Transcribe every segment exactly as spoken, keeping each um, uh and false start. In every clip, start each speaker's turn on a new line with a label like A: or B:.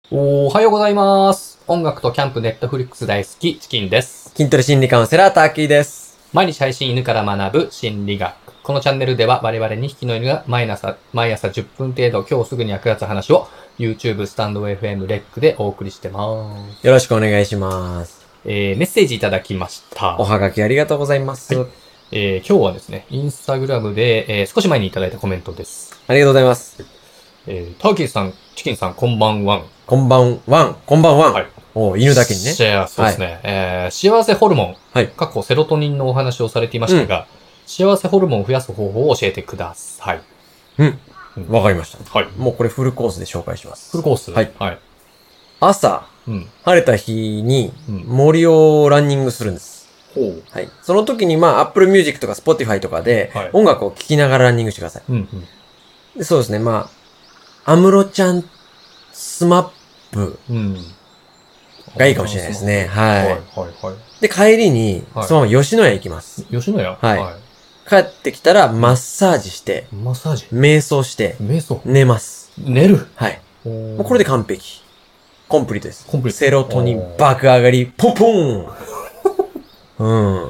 A: おはようございます。音楽とキャンプ、ネットフリックス大好き、チキンです。
B: 筋トレ心理カウンセラー、ターキーです。
A: 毎日配信犬から学ぶ心理学。このチャンネルでは我々にひきの犬が毎朝、毎朝じゅっぷん程度今日すぐに役立つ話を YouTube、スタンド エフエム、レックでお送りしてます。
B: よろしくお願いします。
A: えー、メッセージいただきました。
B: おはがきありがとうございます。はい、
A: えー、今日はですね、インスタグラムで、えー、少し前にいただいたコメントです。
B: ありがとうございます。
A: えー、ターキーさん、チキンさん、こんばんはん。
B: こんばんはん。こんばんはん。はい。お犬だけにね。
A: 幸せですね。はい、えー、幸せホルモン。はい。過去セロトニンのお話をされていましたが、うん、幸せホルモンを増やす方法を教えてください。
B: うん。わ、うん、かりました。
A: はい。
B: もうこれフルコースで紹介します。
A: フルコース
B: はい。
A: はい。
B: 朝、うん、晴れた日に森をランニングするんです。ほう。はい。その時にまあ Apple Music とか Spotify とかで音楽を聴きながらランニングしてください。うんうん、でそうですね。まあ、安室ちゃん、スマップ、うんがいいかもしれないですね。はい。はい、はい、はい。で、帰りに、そのまま吉野家行きます。
A: 吉野家
B: はい。はい、帰ってきたら、マッサージして、
A: マッサージ
B: 瞑想して、
A: 瞑想
B: 寝ます。
A: 寝る
B: はい。もうこれで完璧。コンプリートです。
A: コンプリート。
B: セロトニン爆上がり、ポンポンうん。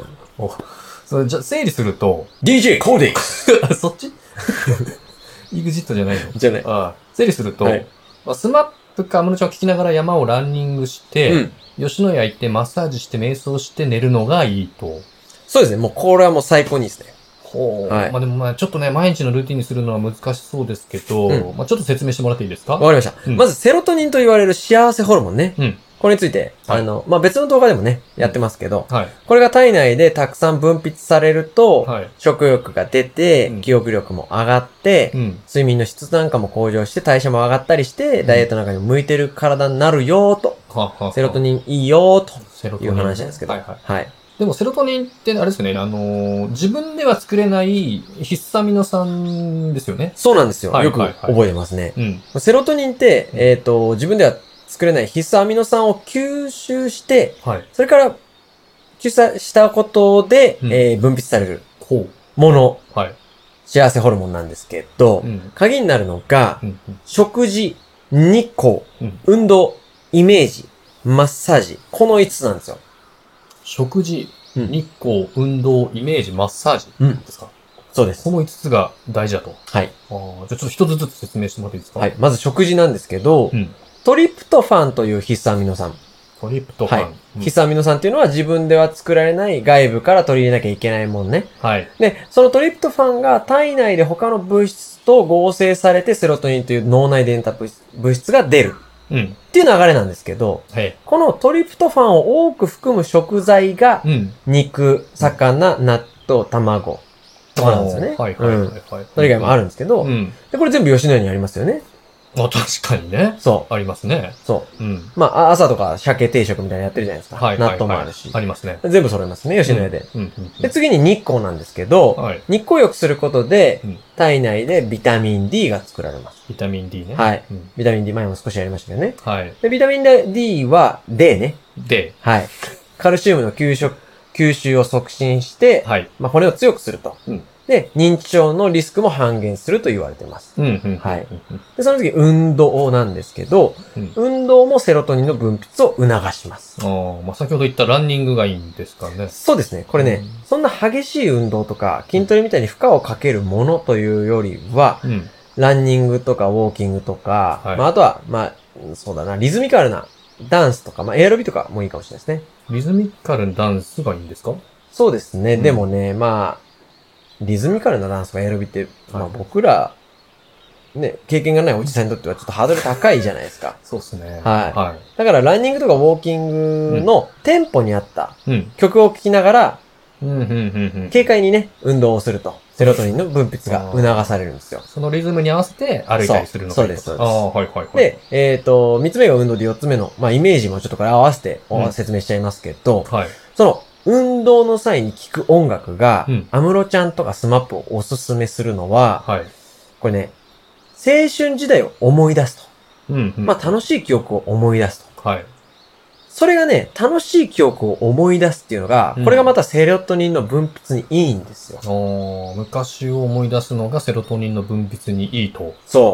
A: おそれじゃ、整理すると、
B: ディージェー コーディック
A: そっちイグジットじゃないの
B: じゃない。
A: ああ整理すると、はい、スマップか安室ちゃんを聞きながら山をランニングして、うん、吉野家行ってマッサージして瞑想して寝るのがいいと。
B: そうですね。もうこれはもう最高にいいですね。
A: ほう。はい、まあでもまあちょっとね、毎日のルーティンにするのは難しそうですけど、うん、まあちょっと説明してもらっていいですか？
B: わかりました、うん。まずセロトニンと言われる幸せホルモンね。うん、これについて、はい、あの、まあ別の動画でもね、やってますけど、はい、これが体内でたくさん分泌されると、はい、食欲が出て、うん、記憶力も上がって、うん、睡眠の質なんかも向上して代謝も上がったりして、うん、ダイエットなんかにも向いてる体になるよーと、うん、セロトニンいいよーという話なんですけど、はいはいはい
A: でもセロトニンってあれですよね、あのー、自分では作れない必須アミノ酸ですよね。
B: そうなんですよ。はい、よく覚えてますね。うん、セロトニンって、えっと、自分では作れない必須アミノ酸を吸収して、はい、それから吸収したことで、うん、えー、分泌されるもの、はい、幸せホルモンなんですけど、うん、鍵になるのが、うんうん、食事、日光、うん、運動、イメージ、マッサージ、このいつつなんですよ。
A: 食事、うん、日光、運動、イメージ、マッサージですか、うん、
B: そうです。
A: このいつつが大事だと。
B: はい。
A: あじゃあちょっと一つずつ説明してもらっていいですか？
B: はい。まず食事なんですけど、うん、トリプトファンという必須アミノ酸。
A: トリプトファン、
B: はいうん、必須アミノ酸っていうのは自分では作られない外部から取り入れなきゃいけないもんね。はい。で、そのトリプトファンが体内で他の物質と合成されてセロトニンという脳内伝達物質が出る。うん。っていう流れなんですけど、はい、このトリプトファンを多く含む食材が、肉、魚、納豆、卵とかなんですよね。はいはいはい、はい。それ以外もあるんですけど、うん、でこれ全部吉野家にありますよね。
A: あ、確かにね。そう。ありますね。
B: そう。うん。まあ、朝とか鮭定食みたいなのやってるじゃないですか。はい。納豆もあるし。
A: ありますね。
B: 全部揃いますね、吉野家で。うん。で、次に日光なんですけど、はい、日光浴することで、体内でビタミン D が作られます。
A: ビタミン D ね。
B: はい。ビタミン D 前も少しやりましたけどね。はい。で、ビタミン D は D ね。
A: D。
B: はい。カルシウムの吸収、吸収を促進して、はい。まあ、骨を強くすると。うん。で、認知症のリスクも半減すると言われてます。うんうん、はい。で、その次、運動なんですけど、うん、運動もセロトニンの分泌を促します。
A: ああ、まあ、先ほど言ったランニングがいいんですかね。
B: そうですね。これね、うん、そんな激しい運動とか、筋トレみたいに負荷をかけるものというよりは、うん、ランニングとかウォーキングとか、はい、まあ、あとは、まあ、そうだな、リズミカルなダンスとか、まあ、エアロビとかもいいかもしれないですね。
A: リズミカルなダンスがいいんですか？
B: そうですね。うん、でもね、まあ、リズミカルなダンスとかエアロビって、まあ僕ら、ね、経験がないおじさんにとってはちょっとハードル高いじゃないですか。
A: そうですね。
B: はい。はい。だからランニングとかウォーキングのテンポに合った曲を聴きながら、軽快にね、運動をすると、セロトニンの分泌が促されるんですよ。
A: そのリズムに合わせて歩いたりするのか。
B: そうです、そうです。あ
A: あ、はいはいはい。
B: で、えっと、三つ目が運動で四つ目の、まあイメージもちょっとこれ合わせて説明しちゃいますけど、はい。その、運動の際に聴く音楽が、安室ちゃんとかスマップをおすすめするのは、はい、これね、青春時代を思い出すと。うんうん、まあ楽しい記憶を思い出すと。はい、それがね、楽しい記憶を思い出すっていうのが、うん、これがまたセロトニンの分泌にいいんですよ。
A: 昔を思い出すのがセロトニンの分泌にいいと。
B: そう。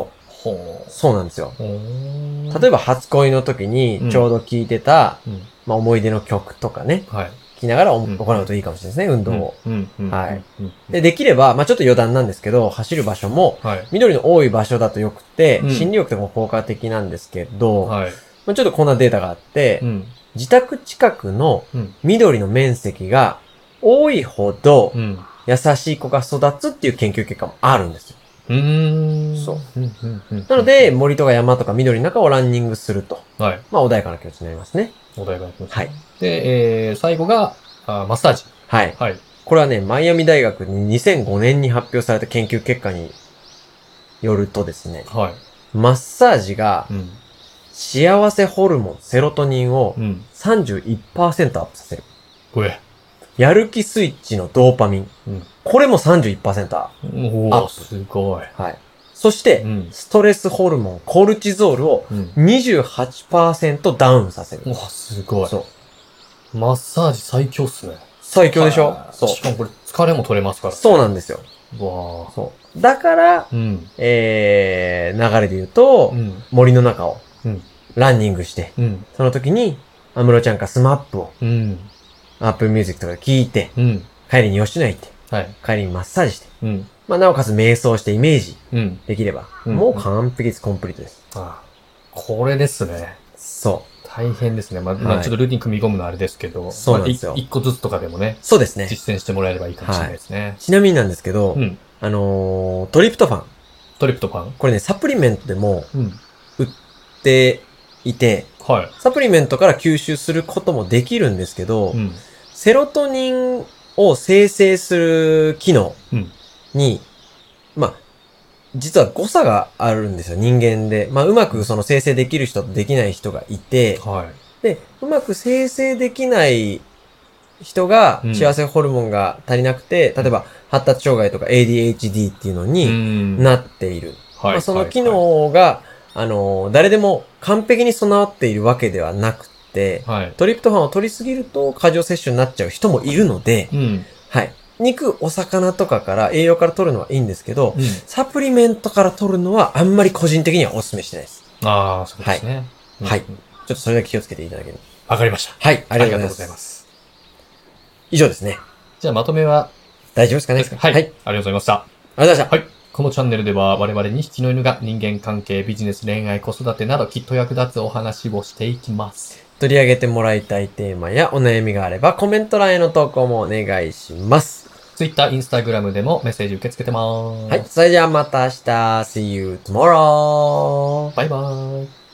A: ほう。
B: そうなんですよ。
A: ほう。
B: 例えば初恋の時にちょうど聴いてた、
A: うん、
B: まあ思い出の曲とかね。
A: はい。
B: 聴きながらお
A: うん
B: 行うといいかもしれないですね、運動を。
A: うん、うん、
B: はい。
A: うん。
B: で、できれば、まあちょっと余談なんですけど、走る場所も、
A: はい。
B: 緑の多い場所だとよくて、
A: うん
B: 心理力とかも効果的なんですけど、
A: はい。
B: まあちょっとこんなデータがあって、
A: うん。
B: 自宅近くの
A: うん。
B: 緑の面積が多いほど
A: う、ん。
B: 優しい子が育つっていう研究結果もあるんですよ。
A: うーん。
B: そう。
A: うん、うん、うん。
B: なので、森とか山とか緑の中をランニングすると。
A: はい。
B: まあ穏やかな気持ちになりますね。
A: お題があります。
B: はい。
A: で、えー、最後が、あマッサージ。
B: はい。
A: はい。
B: これはね、マイアミ大学ににせんごねんに発表された研究結果によるとですね、
A: はい。
B: マッサージが
A: うん。
B: 幸せホルモン、セロトニンを
A: うん。
B: さんじゅういちパーセントアップさせる。
A: これ。
B: やる気スイッチのドーパミン。
A: うん。
B: これも さんじゅういちパーセントアップ。
A: おー、
B: アップ
A: すごい。
B: はい。そして、
A: うん。
B: ストレスホルモン、コルチゾールを
A: うん。
B: にじゅうはちパーセントダウンさせる。
A: うわ、すごい。
B: そう。
A: マッサージ最強っすね。
B: 最強でしょ
A: はい
B: そう。
A: しかもこれ疲れも取れますから。
B: そうなんですよ。
A: うわ
B: そう。だから、
A: うん。
B: えー、流れで言うと、
A: うん。
B: 森の中を
A: うん。
B: ランニングして、
A: うん。
B: その時に、安室ちゃんかスマップを
A: うん。
B: アップルミュージックとかで聞いて、
A: うん。
B: 帰りに吉野家行って、
A: はい。
B: 帰りにマッサージして、
A: うん。
B: まあ、なおかつ瞑想してイメージ
A: うん。
B: できれば、
A: うん
B: もう完璧です、コンプリートです。
A: ああこれですね。
B: そ
A: 大変ですね。まあ、まあ、
B: はい
A: ちょっとルーティン組み込むのはあれですけど、
B: そうなんですよ
A: まあい一個ずつとかでもね、
B: う。そうですね。
A: 実践してもらえればいいかもしれないですね。
B: ちなみになんですけど、
A: うん。
B: あのー、トリプトファン。
A: トリプトパン。
B: これね、サプリメントでも
A: うん。
B: 売っていて、
A: はい。
B: サプリメントから吸収することもできるんですけど、
A: うん。
B: セロトニンを生成する機能
A: うん。
B: に、まあ、実は誤差があるんですよ、人間で。まあ、うまくその生成できる人とできない人がいて、
A: はい。
B: で、うまく生成できない人が
A: うん
B: 幸せホルモンが足りなくて、例えば発達障害とか エーディーエイチディー っていうの
A: う
B: に
A: ん。
B: なっている。
A: はい。
B: まあ、その機能が、あの、誰でも完璧に備わっているわけではなくて、
A: はい。はい。
B: トリプトファンを取りすぎると過剰摂取になっちゃう人もいるので、
A: うん。
B: はい。肉、お魚とかから栄養から取るのはいいんですけど、
A: うん。
B: サプリメントから取るのはあんまり個人的にはお勧めしてないです。
A: ああ、そうですね。うん
B: はいちょっとそれだけ気をつけていただける。
A: わかりました。
B: はい。あ
A: あ
B: りがとうございます。
A: ます。
B: 以上ですね。
A: じゃあまとめは、
B: 大丈夫ですかね
A: ですかはい。
B: はい。
A: ありがとうございました。
B: ありがとうございました。
A: はい。このチャンネルでは我々にひきの犬が人間関係、ビジネス、恋愛、子育てなどきっと役立つお話をしていきます。
B: 取り上げてもらいたいテーマやお悩みがあればコメント欄への投稿もお願いします。
A: Twitter、Instagram でもメッセージ受け付けてます。
B: はい。それじゃあまた明日。See you tomorrow!
A: バイバーイ。